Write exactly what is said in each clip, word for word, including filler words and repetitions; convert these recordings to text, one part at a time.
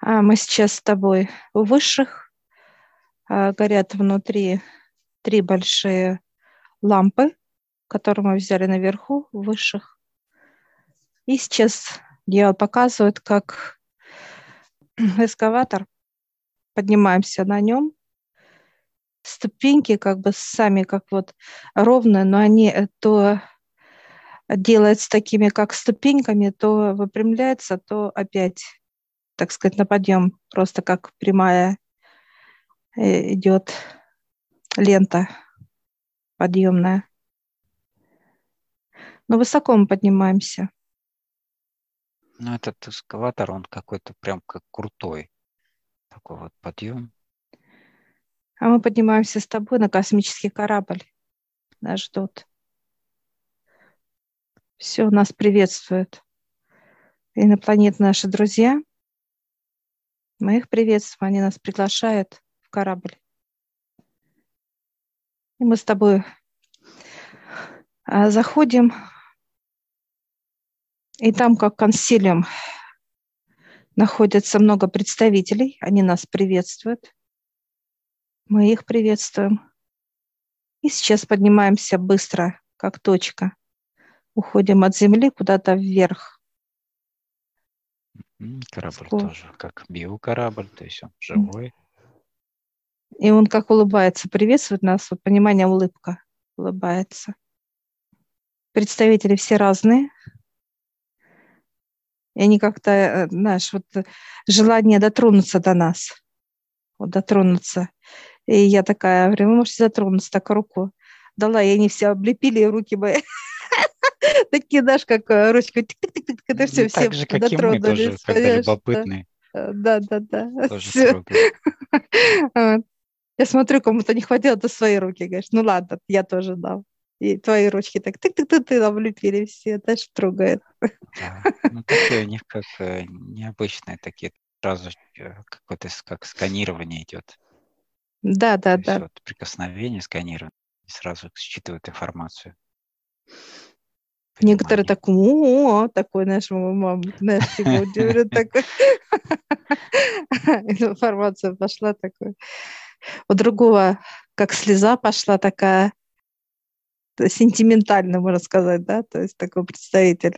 А мы сейчас с тобой у высших. А, горят внутри три большие лампы, которые мы взяли наверху, у высших. И сейчас дьявол показывает, как эскаватор, поднимаемся на нем. Ступеньки как бы сами как вот ровные, но они э, то делаются такими, как ступеньками, то выпрямляется, то опять, так сказать, на подъем, просто как прямая э, идет лента подъемная. Но высоко мы поднимаемся. Ну, этот эскаватор, он какой-то прям как крутой. Такой вот подъем. А мы поднимаемся с тобой на космический корабль. Нас ждут. Все, нас приветствуют. Инопланетные наши друзья. Мы их приветствуем, они нас приглашают в корабль. И мы с тобой а, заходим, и там, как консилиум, находится много представителей, они нас приветствуют. Мы их приветствуем. И сейчас поднимаемся быстро, как точка. Уходим от Земли куда-то вверх. Корабль Скоро. тоже как биокорабль, то есть он живой. И он как улыбается, приветствует нас, вот понимание, улыбка улыбается. Представители все разные. И они как-то, знаешь, вот желание дотронуться до нас. Вот дотронуться. И я такая, говорю, вы можете дотронуться так руку. Дала, и они все облепили руки мои. Такие, знаешь, как ручка. Это все, И так все же, как и мы тоже, дотронулись, когда понимаешь? любопытные, Да, да, да. тоже трогают. Я смотрю, кому-то не хватило, то свои руки, говоришь, ну ладно, я тоже дам. И твои ручки так тык-тык-тык облепили все, даже трогает. Да. Ну, такие у них как э, необычные такие. Сразу э, какое-то с- как сканирование идет. Да, да, То есть да. вот прикосновение, сканирование, и сразу считывает информацию. Некоторые Понимание. так, о, такой наш мама, знаешь, типа удивлен такой. Информация пошла такой. У другого, как слеза пошла такая, сентиментальная, можно сказать, да, то есть такой представитель.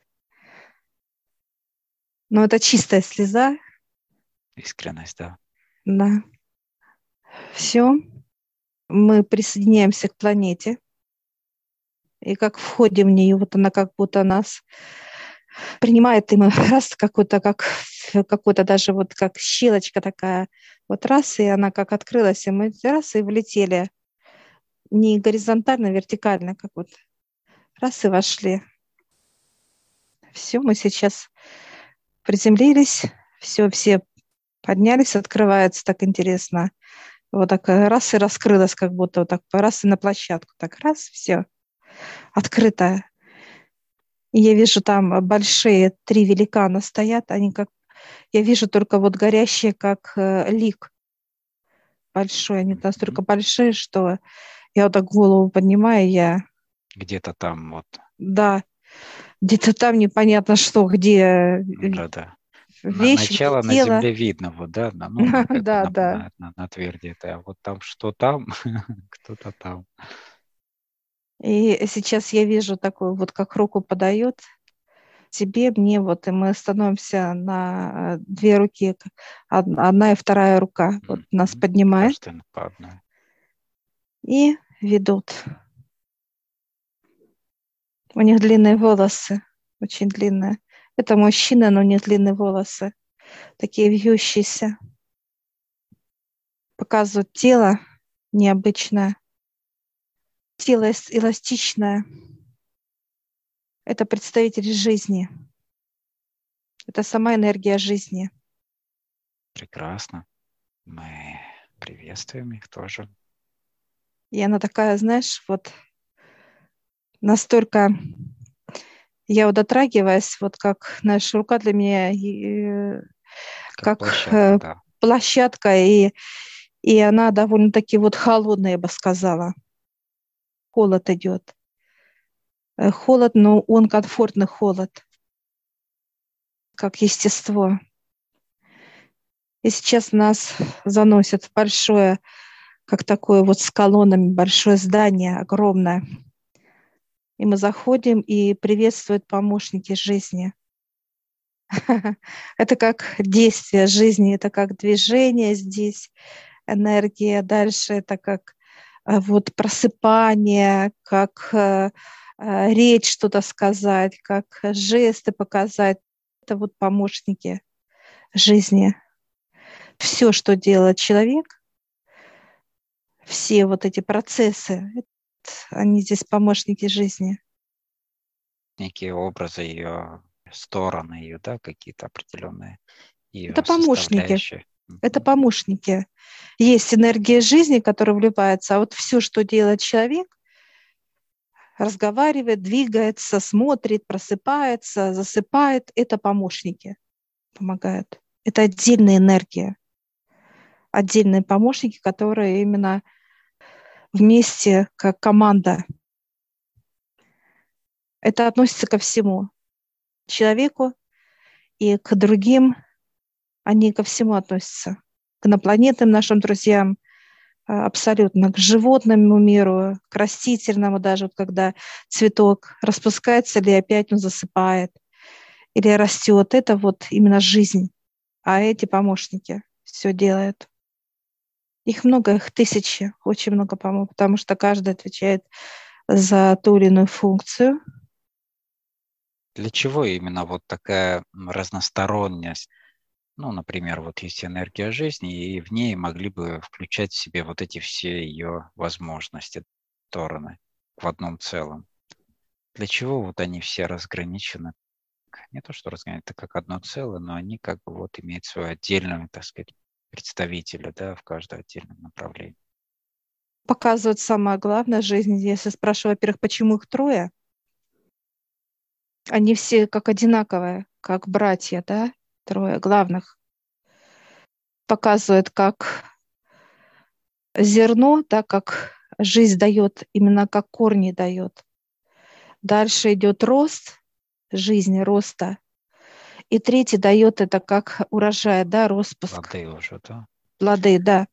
Но это чистая слеза, Искренность, да. да. Все, мы присоединяемся к планете, и как входим в нее, вот она как будто нас принимает, и мы раз какой-то, как какой-то даже вот как щелочка такая, вот раз, и она как открылась, и мы раз, и влетели. Не горизонтально, а вертикально, как вот раз, и вошли. Все, мы сейчас приземлились, все, все поднялись, открывается так интересно. Вот так раз и раскрылась, как будто вот так раз и на площадку, так раз, все, открытая. И я вижу там большие три великана стоят, они как, я вижу только вот горящие, как э, лик большой, они настолько большие, что я вот так голову поднимаю, я, Где-то там вот. да, где-то там непонятно что, где Да-да. На- вещь, где начало на тело. земле видно, вот, да, на- ну, на, как бы Да, на, да. на, на, на тверди это, а вот там что там, кто-то там. И сейчас я вижу такую вот, как руку подает тебе, мне, вот, и мы становимся на э, две руки, к- од- одна и вторая рука, вот нас Мгм. поднимает Каждый по одной. и ведут. У них длинные волосы, очень длинные. Это мужчина, но у них длинные волосы, такие вьющиеся. Показывают тело необычное, тело эс- эластичное. Это представитель жизни. Это сама энергия жизни. Прекрасно. Мы приветствуем их тоже. И она такая, знаешь, вот настолько я вот дотрагиваюсь, вот как, знаешь, рука для меня э, Как как площадка, э, да. площадка, и, и она довольно-таки вот холодная, я бы сказала. Холод идет. Э, Холод, но он комфортный холод, как естество. И сейчас нас заносят в большое, как такое вот с колоннами, большое здание огромное. И мы заходим, и приветствуют помощники жизни. Это как действие жизни, это как движение здесь, энергия. Дальше это как э, вот просыпание, как э, э, речь что-то сказать, как жесты показать. Это вот помощники жизни. Все, что делает человек, все вот эти процессы, это- они здесь помощники жизни. Некие образы ее, стороны ее, да, какие-то определенные Это ее помощники. составляющие. Это Мгм. помощники. Есть энергия жизни, которая вливается, а вот все, что делает человек, разговаривает, двигается, смотрит, просыпается, засыпает, это помощники помогают. Это отдельная энергия, отдельные помощники, которые именно вместе как команда. Это относится ко всему. Человеку и к другим, они ко всему относятся. К инопланетным нашим друзьям, а, абсолютно, к животному миру, к растительному даже, вот когда цветок распускается или опять он засыпает, или растет, это вот именно жизнь. А эти помощники все делают. Их много, их тысячи, очень много, по-моему, потому что каждый отвечает за ту или иную функцию. Для чего именно вот такая м, разносторонность? Ну, например, вот есть энергия жизни, и в ней могли бы включать в себе вот эти все ее возможности, стороны в одном целом. Для чего вот они все разграничены? Не то, что разграничены, это как одно целое, но они как бы вот имеют свою отдельную, так сказать, представителя, да, в каждом отдельном направлении. Показывают самое главное в жизни. Если спрашиваю, во-первых, почему их трое, они все как одинаковые, как братья, да, трое главных. Показывают, как зерно, да, как жизнь дает, именно как корни дает. Дальше идет рост жизни, роста. И третий дает это как урожай, да, распуск, Плоды уже, да? плоды, да.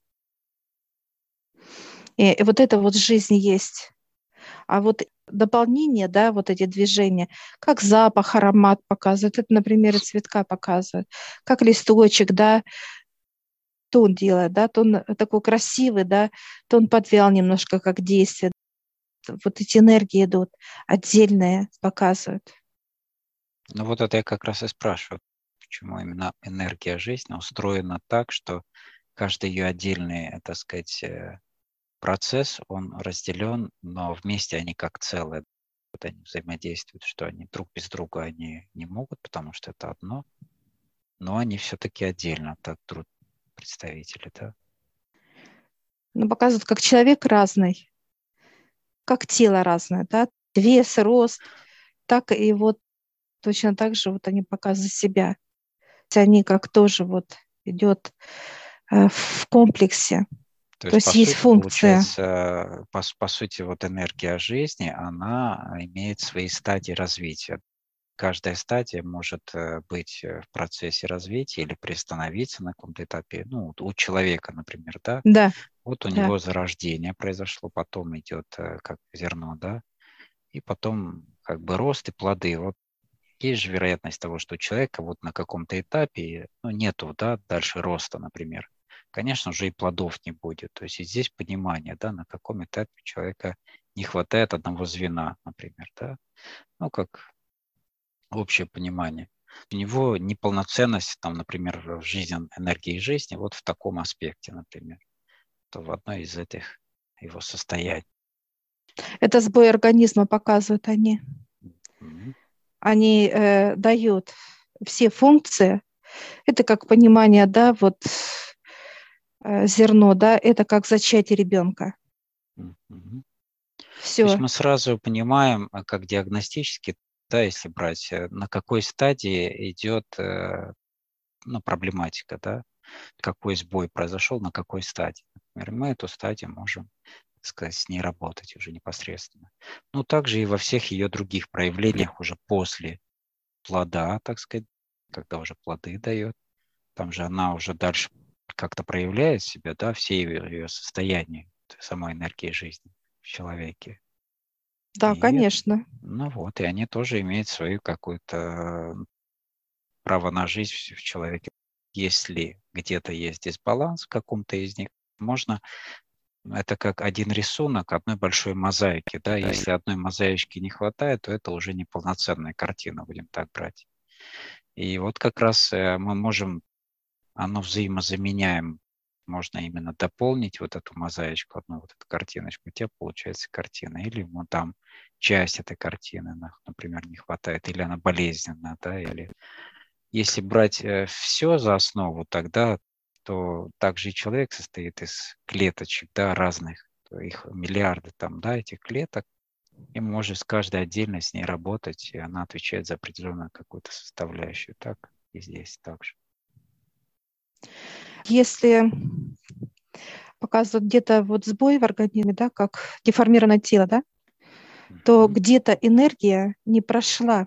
И, и вот это вот жизнь есть. А вот дополнение, да, вот эти движения, как запах, аромат показывает, это, например, и цветка показывает, как листочек, да, то он делает, да, то он такой красивый, да, то он подвял немножко как действие. Вот эти энергии идут отдельные, показывают. Ну вот это я как раз и спрашиваю, почему именно энергия жизни устроена так, что каждый ее отдельный, э, так сказать, э, процесс, он разделен, но вместе они как целое. Вот они взаимодействуют, что они друг без друга они не могут, потому что это одно, но они все-таки отдельно, так друг представители, да? Но показывают, как человек разный, как тело разное, да, вес, рост, так и вот точно так же вот они показывают себя. Они как тоже вот идет э, в комплексе. То То есть, есть по есть сути, функция. получается, по, с- по сути, вот энергия жизни, она имеет свои стадии развития. Каждая стадия может э, быть э, в процессе развития или приостановиться на каком-то этапе. Ну, вот у человека, например, да, Да, вот у да. него зарождение произошло, потом идет э, как зерно, да, и потом как бы рост и плоды. Вот есть же вероятность того, что у человека вот на каком-то этапе, ну, нету, да, дальше роста, например. Конечно, уже и плодов не будет. То есть и здесь понимание, да, на каком этапе у человека не хватает одного звена, например, да. Ну, как общее понимание. У него неполноценность, там, например, в жизни, энергии жизни, вот в таком аспекте, например, то в одной из этих его состояний. Это сбой организма показывают они. Мгм. Они э, дают все функции. Это как понимание, да, вот э, зерно, да, это как зачатие ребенка. Мгм. То есть Все, мы сразу понимаем, а, как диагностически, да, если брать, э, на какой стадии идет э, ну, проблематика, да, какой сбой произошел, на какой стадии. Например, мы эту стадию можем, так сказать, с ней работать уже непосредственно. Ну, также и во всех ее других проявлениях уже после плода, так сказать, когда уже плоды дает, там же она уже дальше как-то проявляет себя, да, все ее, ее состояния, самой энергии жизни в человеке. Да, И, конечно. ну вот, и они тоже имеют свою какую-то право на жизнь в в человеке. Если где-то есть дисбаланс в каком-то из них, можно, это как один рисунок одной большой мозаики, да, если одной мозаички не хватает, то это уже неполноценная картина, будем так брать. И вот как раз э, мы можем, оно взаимозаменяем, можно именно дополнить вот эту мозаичку, одну вот эту картиночку, у тебя получается картина, или ну, там часть этой картины, на- например, не хватает, или она болезненная, да, или если брать э, все за основу, тогда то также и человек состоит из клеточек, да, разных, то их миллиарды там, да, этих клеток, и мы можем с каждой отдельно с ней работать, и она отвечает за определенную какую-то составляющую. Так и здесь также. Если показывают где-то вот сбой в организме, да, как деформированное тело, да, то Мгм. где-то энергия не прошла.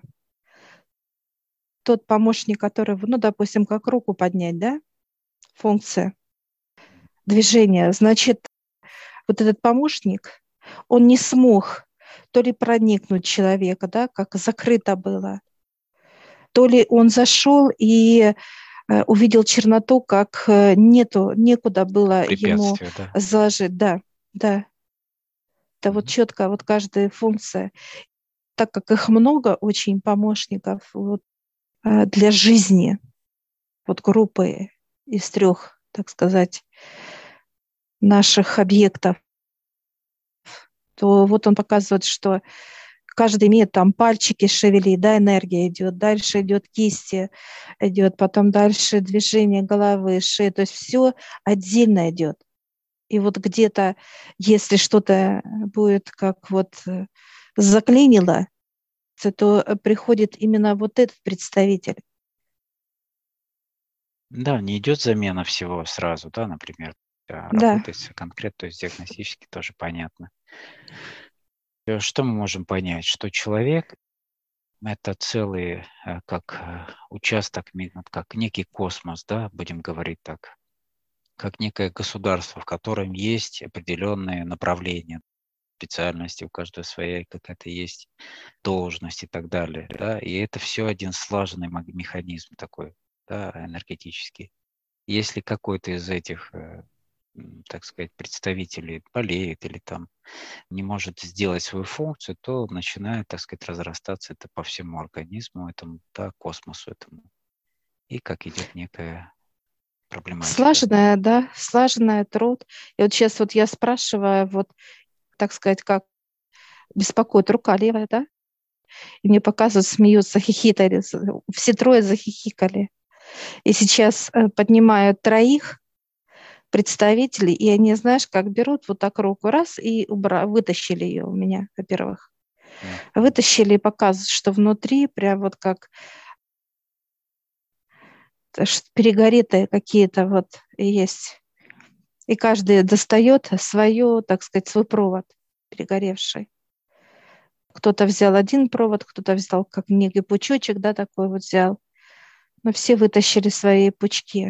Тот помощник, который, ну, допустим, как руку поднять, да, функция движения, значит, вот этот помощник, он не смог то ли проникнуть человека, да, как закрыто было, то ли он зашел и э, увидел черноту, как э, нету, некуда Как было ему препятствие, да. заложить. Да, да, это вот Мгм. четко, вот каждая функция, так как их много очень помощников вот, э, для жизни, вот группы из трех, так сказать, наших объектов, то вот он показывает, что каждый имеет там пальчики шевели, да, энергия идет, дальше идет кисти, идет, потом дальше движение головы, шеи, то есть все отдельно идет. И вот где-то, если что-то будет как вот э, заклинило, то э, приходит именно вот этот представитель. Да, не идет замена всего сразу, да, например, а Да, работает конкретно, то есть диагностически тоже понятно. Э, Что мы можем понять? Что человек это целый, э, как э, участок, ми- вот как некий космос, да, будем говорить так, как некое государство, в котором есть определенные направления, специальности, у каждого своя какая-то есть должность и так далее, да, и это все один слаженный мо- механизм такой, да, энергетический. Если какой-то из этих, э, м, так сказать, представителей болеет или там не может сделать свою функцию, то начинает, так сказать, разрастаться это по всему организму, этому, да, космосу этому. И как идет некая проблематика. слаженная, да, слаженная труд. И вот сейчас вот я спрашиваю, вот, так сказать, как беспокоит рука левая, да, и мне показывают, смеются, хихикали, все трое захихикали. И сейчас э, поднимают троих представителей, и они, знаешь, как берут вот так руку раз и убра... вытащили ее у меня, во-первых. Мгм. Вытащили и показывают, что внутри прям вот как ш- перегоретые какие-то вот есть. И каждый достает свою, так сказать, свой провод перегоревший. Кто-то взял один провод, кто-то взял как некий пучочек, да, такой вот взял. Но все вытащили свои пучки,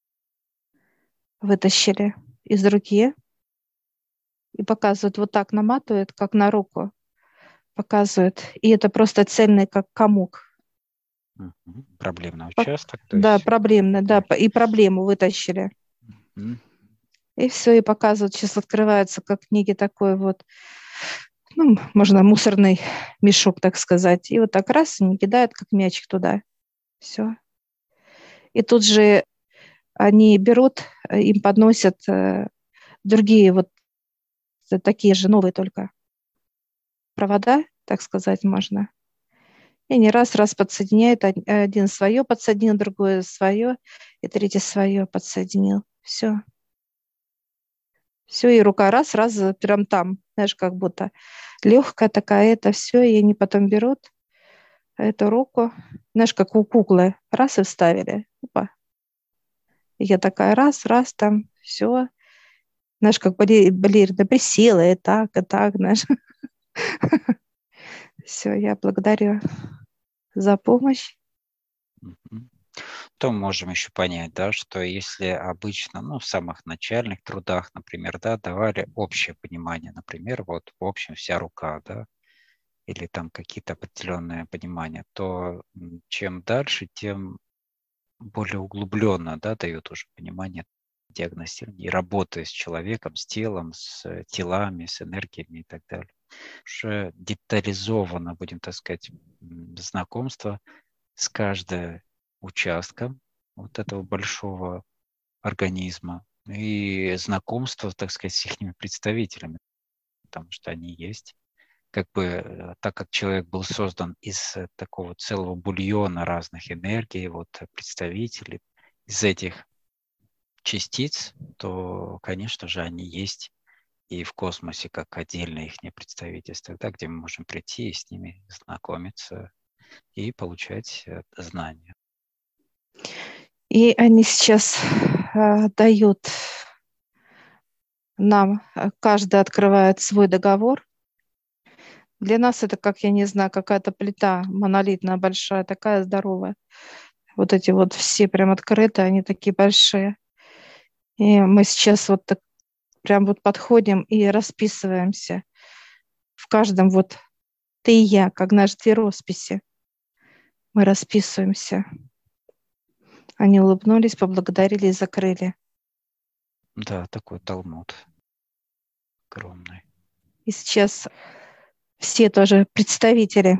вытащили из руки и показывают, вот так наматывают, как на руку показывают. И это просто цельный, как комок. Мгм. Проблемный Пок- участок, то Да, есть проблемно, да, такой. п- и проблему вытащили. Мгм. И все, и показывают, сейчас открывается как некий такой вот, ну, можно мусорный мешок, так сказать. И вот так раз, и кидают как мячик туда. Все. И тут же они берут, э, им подносят э, другие вот э, такие же новые только провода, так сказать, можно. И они раз-раз подсоединяют, од- один свое подсоединил, другое свое, и третье свое подсоединил. Все. Все, и рука раз-раз прям там, знаешь, как будто легкая такая, это все, и они потом берут эту руку, знаешь, как у куклы, раз и вставили. Опа. И я такая раз-раз там, все, знаешь, как бале- балерина присела, и так, и так, знаешь. Все, я благодарю за помощь. Мгм. То можем еще понять, да, что если обычно, ну, в самых начальных трудах, например, да, давали общее понимание, например, вот в общем вся рука, да, или там какие-то определенные понимания, то м, чем дальше, тем более углубленно, да, дает уже понимание диагностирования и работы с человеком, с телом, с э, телами, с энергиями и так далее. Уже детализованно, будем так сказать, м, знакомство с каждым участком вот этого большого организма и знакомство, так сказать, с их представителями, потому что они есть. Как бы, э, так как человек был создан из э, такого целого бульона разных энергий, вот э, представителей, из этих частиц, то, конечно же, они есть и в космосе как отдельное их представительство, да, где мы можем прийти и с ними знакомиться и получать э, знания. И они сейчас э, дают нам, э, каждый открывает свой договор. Для нас это, как, я не знаю, какая-то плита монолитная, большая, такая здоровая. Вот эти вот все прям открыты, они такие большие. И мы сейчас вот так прям вот подходим и расписываемся в каждом вот ты и я, как наши две росписи. Мы расписываемся. Они улыбнулись, поблагодарили и закрыли. Да, такой талмуд огромный. И сейчас все тоже представители,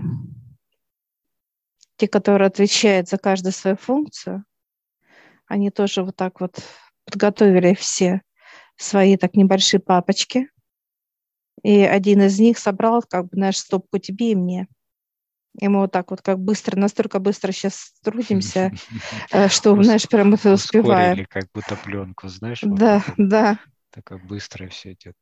те, которые отвечают за каждую свою функцию, они тоже вот так вот подготовили все свои так небольшие папочки. И один из них собрал как бы наш стопку тебе и мне. И мы вот так вот как быстро, настолько быстро сейчас трудимся, э, что, Ус- знаешь, прям это Ускорили успеваем. как будто пленку, знаешь, вот Да, так вот. да. Так как быстро все идет.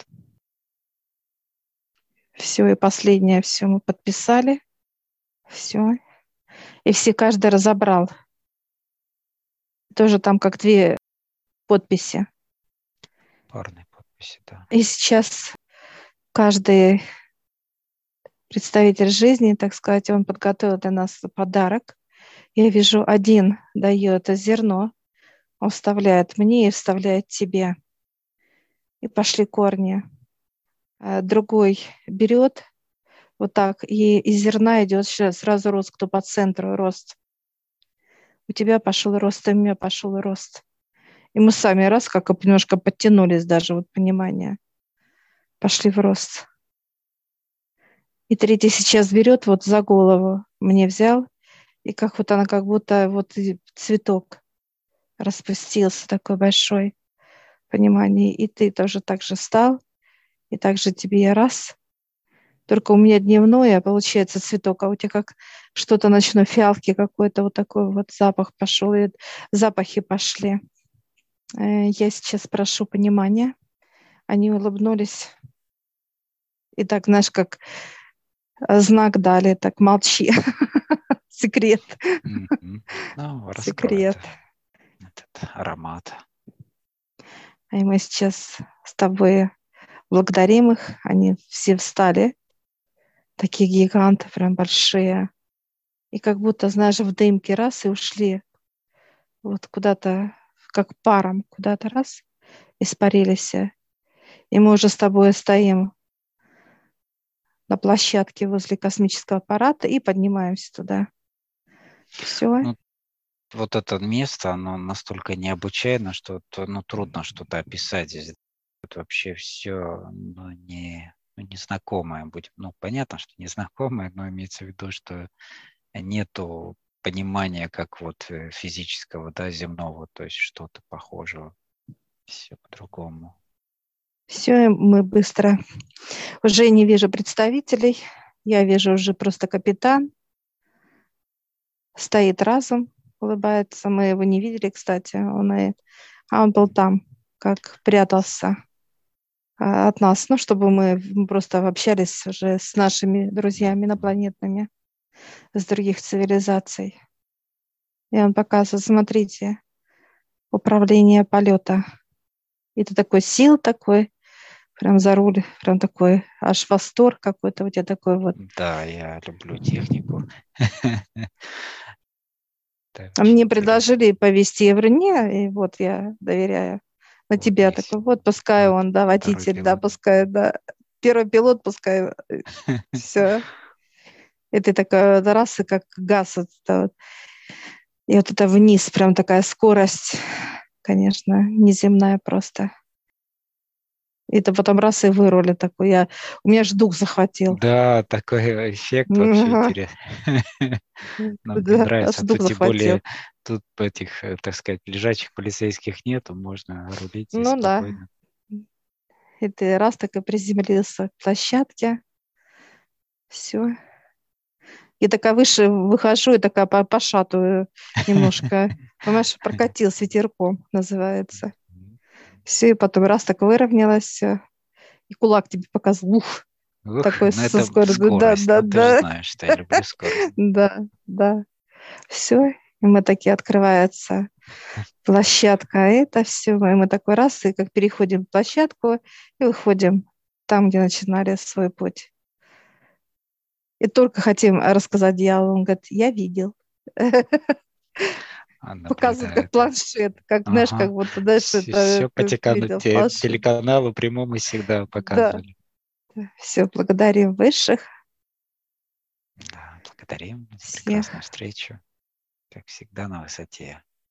Все, и последнее все мы подписали. Все. И все, каждый разобрал. Тоже там как две подписи. Парные подписи, да. И сейчас каждый представитель жизни, так сказать, он подготовил для нас подарок. Я вижу, один дает зерно, он вставляет мне и вставляет тебе. И пошли корни. А другой берет вот так, и из зерна идет сейчас сразу рост, кто по центру рост. У тебя пошел рост, и у меня пошел рост. И мы сами раз как немножко подтянулись даже, вот понимание. Пошли в рост. И третий сейчас берет вот за голову, мне взял, и как вот она, как будто вот цветок распустился такой большой, понимание. И ты тоже так же стал, и так же тебе я раз. Только у меня дневное, получается, цветок, а у тебя как что-то ночной фиалки какой-то вот такой вот запах пошел, и запахи пошли. Я сейчас прошу понимания. Они улыбнулись. И так, знаешь, как знак дали, так молчи. Секрет. Мгм. Ну, раскрой Секрет. это, этот аромат. И мы сейчас с тобой благодарим их. Они все встали, такие гиганты, прям большие. И как будто, знаешь, в дымке раз и ушли вот куда-то, как паром, куда-то раз, испарились. И мы уже с тобой стоим на площадке возле космического аппарата и поднимаемся туда. Все. Ну, вот это место, оно настолько необычайно, что то, ну, трудно что-то описать здесь. Это вообще все ну, не, ну, незнакомое будет. Ну, понятно, что незнакомое, но имеется в виду, что нету понимания как вот э, физического, да, земного, то есть что-то похожего. Все по-другому. Все, мы быстро. Уже не вижу представителей. Я вижу уже просто капитан. Стоит разум, улыбается. Мы его не видели, кстати. Он и... А он был там, как прятался а, от нас. Ну, чтобы мы просто общались уже с нашими друзьями инопланетными, с других цивилизаций. И он показывает, смотрите, управление полета. И ты такой сил такой, прям за руль, прям такой аж восторг какой-то у тебя такой вот. Да, я люблю технику. Это А очень мне интересно. предложили повезти, я говорю, не, и вот я доверяю на Вот тебя. есть Такой, вот пускай вот он, да, второй водитель, да, пилот. пускай, да. Первый пилот, пускай, все. И ты такая, да, раз, и как газ. Вот это вот. И вот это вниз, прям такая скорость, конечно, неземная просто. И ты потом раз и вырули такой. Я, у меня же дух захватил. Да, такой эффект вообще Ага. интересный. Но мне Да, аж нравится. дух Тут тем захватил. более, тут этих, э, так сказать, лежачих полицейских нету, можно рулить и Ну да. спокойно. И ты раз так и приземлился к площадке. Все. И такая выше выхожу, и такая по- пошатываю немножко. Понимаешь, прокатил с ветерком, называется. Все, и потом раз так выровнялась, всё. И кулак тебе показывал. Ух, Ух, такой ну со это скоростью. Да, скорость. да, Ну ты же да. знаешь, что я люблю скорость. Да, да. Все. И мы такие, открывается площадка. А это все. И мы такой раз, и как переходим площадку, и выходим там, где начинали свой путь. И только хотим рассказать дьяволу, он говорит, я видел. Он Показывает как наблюдает. планшет, как, знаешь, как Ага. будто, знаешь, это Все по ты текану- видел те- планшет. телеканалу прямому всегда Да, показывали. все, благодарим высших Да, благодарим за всех. прекрасную встречу. Как всегда, на высоте.